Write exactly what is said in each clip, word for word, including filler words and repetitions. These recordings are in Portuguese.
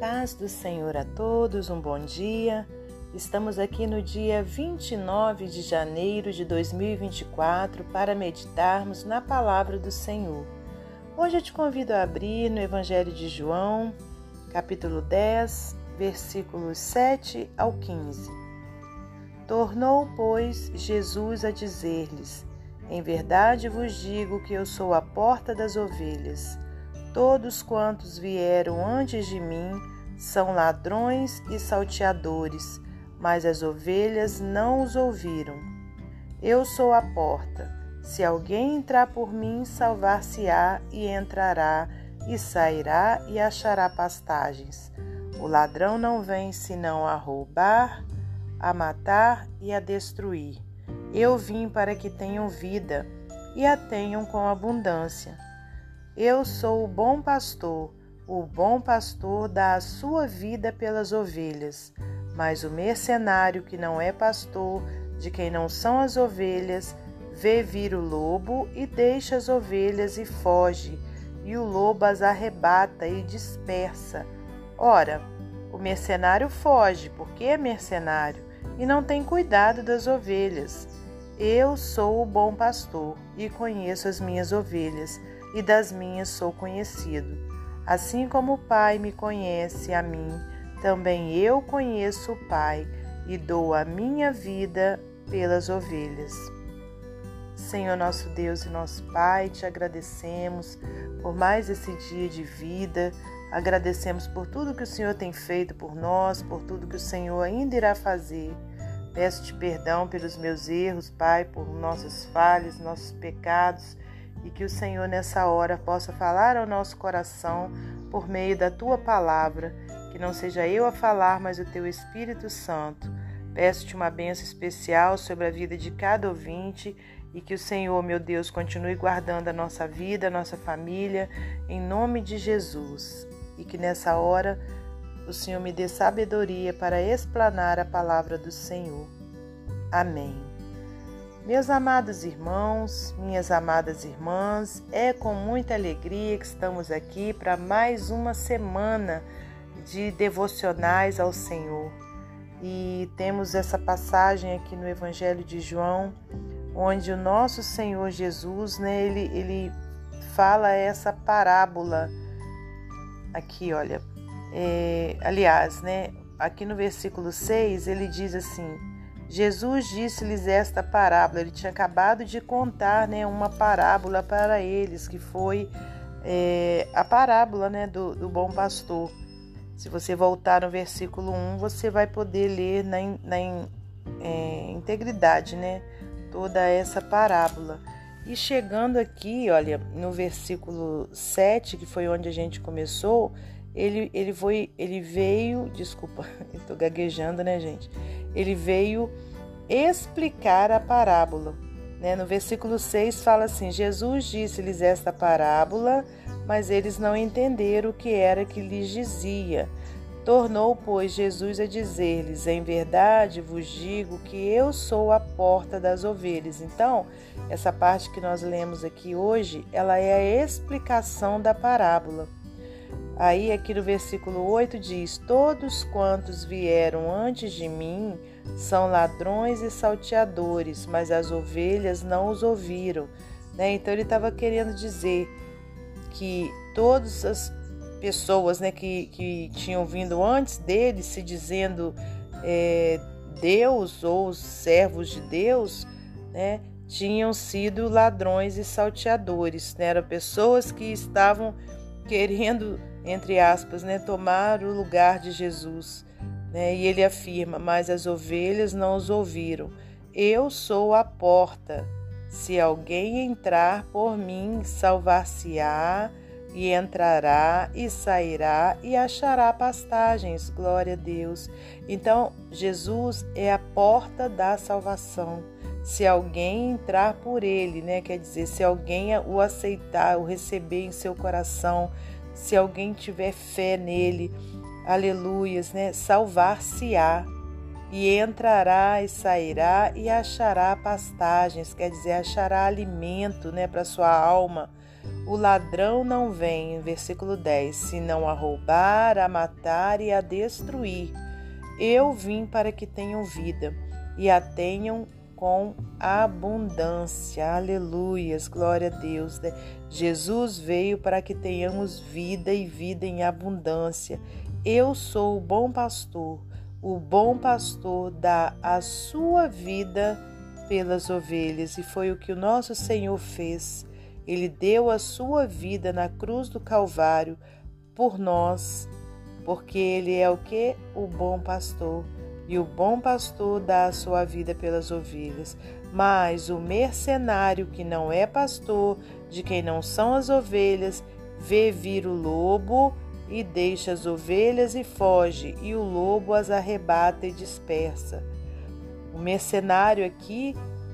paz do Senhor a todos, um bom dia. Estamos aqui no dia vinte e nove de janeiro de dois mil e vinte e quatro para meditarmos na palavra do Senhor. Hoje eu te convido a abrir no Evangelho de João, capítulo dez, versículos sete ao quinze. Tornou, pois, Jesus a dizer-lhes: Em verdade vos digo que eu sou a porta das ovelhas. Todos quantos vieram antes de mim são ladrões e salteadores, mas as ovelhas não os ouviram. Eu sou a porta. Se alguém entrar por mim, salvar-se-á e entrará, e sairá e achará pastagens. O ladrão não vem senão a roubar, a matar e a destruir. Eu vim para que tenham vida e a tenham com abundância. Eu sou o bom pastor. O bom pastor dá a sua vida pelas ovelhas. Mas o mercenário que não é pastor, de quem não são as ovelhas, vê vir o lobo e deixa as ovelhas e foge, e o lobo as arrebata e dispersa. Ora, o mercenário foge, porque é mercenário, e não tem cuidado das ovelhas. Eu sou o bom pastor, e conheço as minhas ovelhas, e das minhas sou conhecido. Assim como o Pai me conhece a mim, também eu conheço o Pai, e dou a minha vida pelas ovelhas. Senhor nosso Deus e nosso Pai, te agradecemos por mais esse dia de vida, agradecemos por tudo que o Senhor tem feito por nós, por tudo que o Senhor ainda irá fazer. Peço-te perdão pelos meus erros, Pai, por nossas falhas, nossos pecados, e que o Senhor nessa hora possa falar ao nosso coração por meio da Tua palavra, que não seja eu a falar, mas o Teu Espírito Santo. Peço-te uma bênção especial sobre a vida de cada ouvinte e que o Senhor, meu Deus, continue guardando a nossa vida, a nossa família, em nome de Jesus. E que nessa hora o Senhor me dê sabedoria para explanar a palavra do Senhor. Amém. Meus amados irmãos, minhas amadas irmãs, é com muita alegria que estamos aqui para mais uma semana de devocionais ao Senhor. E temos essa passagem aqui no Evangelho de João, onde o nosso Senhor Jesus, né, ele, ele fala essa parábola aqui, olha. É, aliás, né, aqui no versículo seis, ele diz assim: Jesus disse-lhes esta parábola. Ele tinha acabado de contar, né, uma parábola para eles, que foi é, a parábola, né, do, do bom pastor. Se você voltar no versículo um, você vai poder ler na, na é, integridade, né, toda essa parábola. E chegando aqui, olha, no versículo sete, que foi onde a gente começou, ele, ele, foi, ele veio, desculpa, eu tô gaguejando, né, gente? Ele veio explicar a parábola, né? No versículo seis fala assim: Jesus disse-lhes esta parábola, mas eles não entenderam o que era que lhes dizia. Tornou, pois, Jesus a dizer-lhes: Em verdade vos digo que eu sou a porta das ovelhas. Então, essa parte que nós lemos aqui hoje, ela é a explicação da parábola. Aí aqui no versículo oito diz: Todos quantos vieram antes de mim são ladrões e salteadores, mas as ovelhas não os ouviram. Né? Então ele estava querendo dizer que todas as pessoas, né, que, que tinham vindo antes dele, se dizendo é, Deus ou servos de Deus, né, tinham sido ladrões e salteadores. Né? Eram pessoas que estavam querendo, entre aspas, né, tomar o lugar de Jesus. Né? E ele afirma: mas as ovelhas não os ouviram. Eu sou a porta. Se alguém entrar por mim, salvar-se-á, e entrará, e sairá, e achará pastagens. Glória a Deus. Então, Jesus é a porta da salvação. Se alguém entrar por ele, né? Quer dizer, se alguém o aceitar, o receber em seu coração, se alguém tiver fé nele, aleluias, né? Salvar-se-á, e entrará e sairá e achará pastagens, quer dizer, achará alimento, né, para sua alma. o ladrão não vem, versículo dez, senão a roubar, a matar e a destruir. Eu vim para que tenham vida e a tenham com abundância. Aleluias, glória a Deus. Jesus veio para que tenhamos vida e vida em abundância. Eu sou o bom pastor. O bom pastor dá a sua vida pelas ovelhas, e foi o que o nosso Senhor fez. Ele deu a sua vida na cruz do Calvário por nós, porque Ele é o que? O bom pastor. E o bom pastor dá a sua vida pelas ovelhas. Mas o mercenário, que não é pastor, de quem não são as ovelhas, vê vir o lobo e deixa as ovelhas e foge, e o lobo as arrebata e dispersa. O mercenário aqui,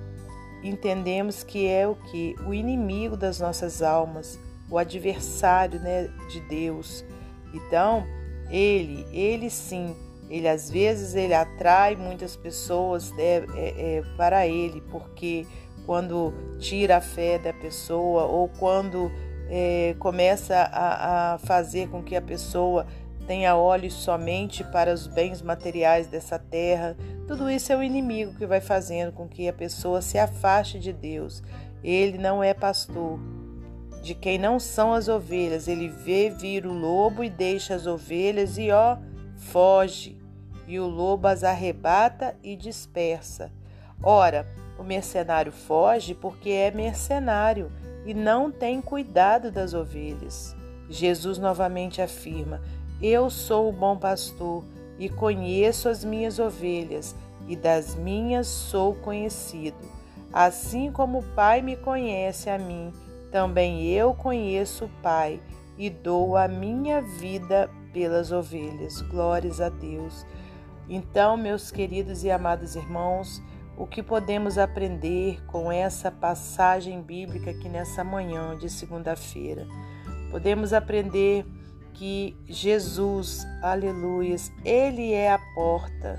entendemos que é o que? O inimigo das nossas almas, o adversário, né, de Deus. Então, ele, ele sim, ele às vezes ele atrai muitas pessoas, né, é, é, para ele, porque quando tira a fé da pessoa ou quando é, começa a, a fazer com que a pessoa tenha olhos somente para os bens materiais dessa terra, tudo isso é o inimigo que vai fazendo com que a pessoa se afaste de Deus. Ele não é pastor, de quem não são as ovelhas. Ele vê vir o lobo e deixa as ovelhas e ó, foge. E o lobo as arrebata e dispersa. Ora, o mercenário foge porque é mercenário e não tem cuidado das ovelhas. Jesus novamente afirma: eu sou o bom pastor e conheço as minhas ovelhas, e das minhas sou conhecido. Assim como o Pai me conhece a mim, também eu conheço o Pai e dou a minha vida pelas ovelhas. Glórias a Deus. Então, meus queridos e amados irmãos, o que podemos aprender com essa passagem bíblica aqui nessa manhã de segunda-feira? Podemos aprender que Jesus, aleluias, Ele é a porta.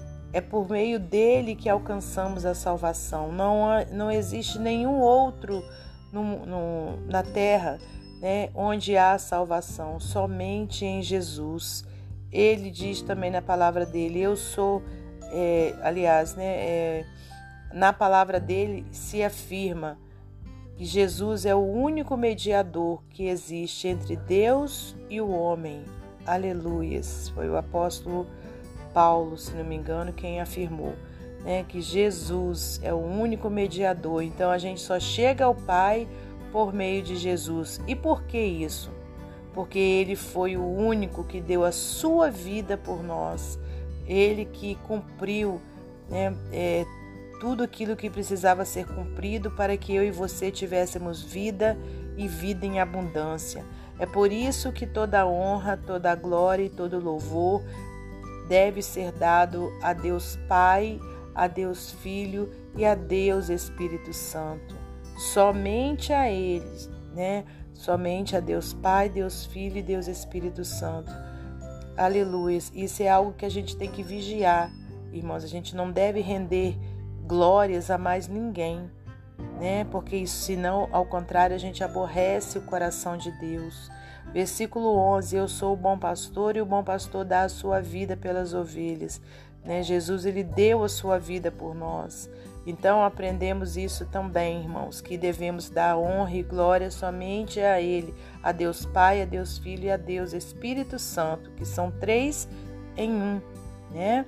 É por meio dele que alcançamos a salvação. Não, há, não existe nenhum outro no, no, na terra, né, onde há salvação, somente em Jesus. Ele diz também na palavra dele, eu sou, é, aliás, né, é, na palavra dele se afirma que Jesus é o único mediador que existe entre Deus e o homem. Aleluias. Foi o apóstolo Paulo, se não me engano, quem afirmou, né, que Jesus é o único mediador. Então a gente só chega ao Pai por meio de Jesus. E por que isso? Porque Ele foi o único que deu a sua vida por nós. Ele que cumpriu, né, é, tudo aquilo que precisava ser cumprido para que eu e você tivéssemos vida e vida em abundância. É por isso que toda honra, toda glória e todo louvor deve ser dado a Deus Pai, a Deus Filho e a Deus Espírito Santo. Somente a eles, né? Somente a Deus Pai, Deus Filho e Deus Espírito Santo. Aleluia. Isso é algo que a gente tem que vigiar, irmãos. A gente não deve render glórias a mais ninguém, né? Porque isso, senão, ao contrário, a gente aborrece o coração de Deus. Versículo onze, eu sou o bom pastor e o bom pastor dá a sua vida pelas ovelhas, né? Jesus, ele deu a sua vida por nós. Então, aprendemos isso também, irmãos, que devemos dar honra e glória somente a Ele, a Deus Pai, a Deus Filho e a Deus Espírito Santo, que são três em um, né?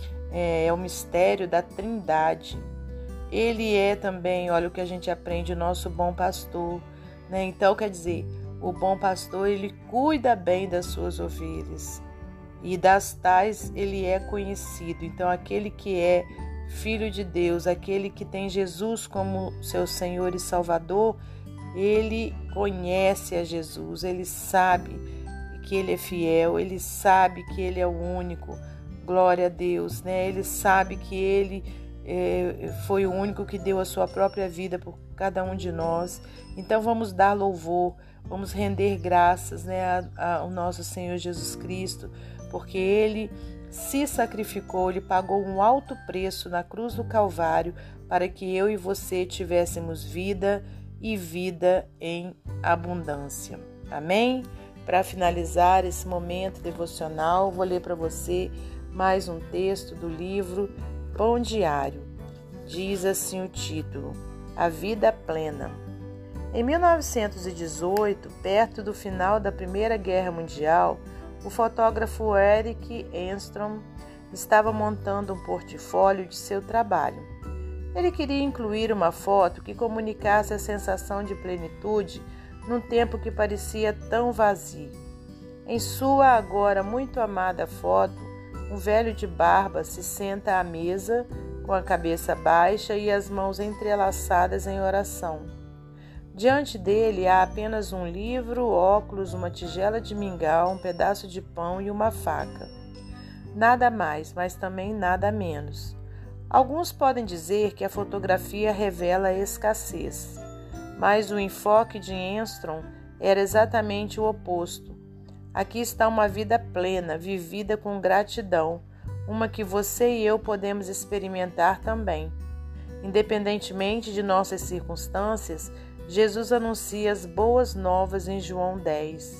É o mistério da Trindade. Ele é também, olha o que a gente aprende, o nosso bom pastor, né? Então, quer dizer, o bom pastor, ele cuida bem das suas ovelhas e das tais ele é conhecido. Então, aquele que é Filho de Deus, aquele que tem Jesus como seu Senhor e Salvador, ele conhece a Jesus, ele sabe que ele é fiel, ele sabe que ele é o único. Glória a Deus, né? Ele sabe que Ele é, foi o único que deu a sua própria vida por cada um de nós. Então vamos dar louvor, vamos render graças, né, a, ao nosso Senhor Jesus Cristo, porque Ele se sacrificou, Ele pagou um alto preço na cruz do Calvário para que eu e você tivéssemos vida e vida em abundância. Amém? Para finalizar esse momento devocional, vou ler para você mais um texto do livro Pão Diário. Diz assim o título: A Vida Plena. Em mil novecentos e dezoito, perto do final da Primeira Guerra Mundial, o fotógrafo Eric Enstrom estava montando um portfólio de seu trabalho. Ele queria incluir uma foto que comunicasse a sensação de plenitude num tempo que parecia tão vazio. Em sua agora muito amada foto, um velho de barba se senta à mesa com a cabeça baixa e as mãos entrelaçadas em oração. Diante dele há apenas um livro, óculos, uma tigela de mingau, um pedaço de pão e uma faca. Nada mais, mas também nada menos. Alguns podem dizer que a fotografia revela a escassez, mas o enfoque de Enstrom era exatamente o oposto. Aqui está uma vida plena, vivida com gratidão, uma que você e eu podemos experimentar também. Independentemente de nossas circunstâncias, Jesus anuncia as boas novas em João dez.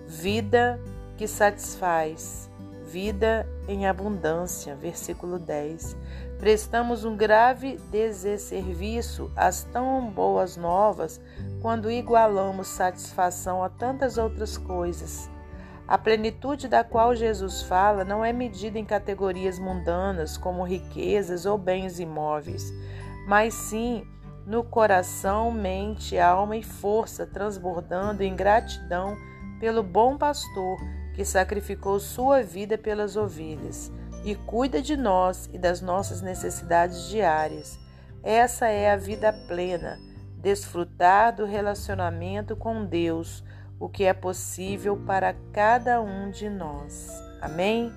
Vida que satisfaz, vida em abundância, versículo dez. Prestamos um grave desserviço às tão boas novas quando igualamos satisfação a tantas outras coisas. A plenitude da qual Jesus fala não é medida em categorias mundanas como riquezas ou bens imóveis, mas sim no coração, mente, alma e força, transbordando em gratidão pelo bom pastor que sacrificou sua vida pelas ovelhas e cuida de nós e das nossas necessidades diárias. Essa é a vida plena, desfrutar do relacionamento com Deus, o que é possível para cada um de nós. Amém?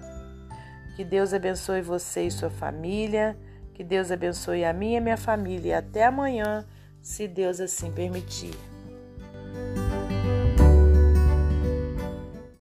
Que Deus abençoe você e sua família. Que Deus abençoe a minha e minha família. E até amanhã, se Deus assim permitir.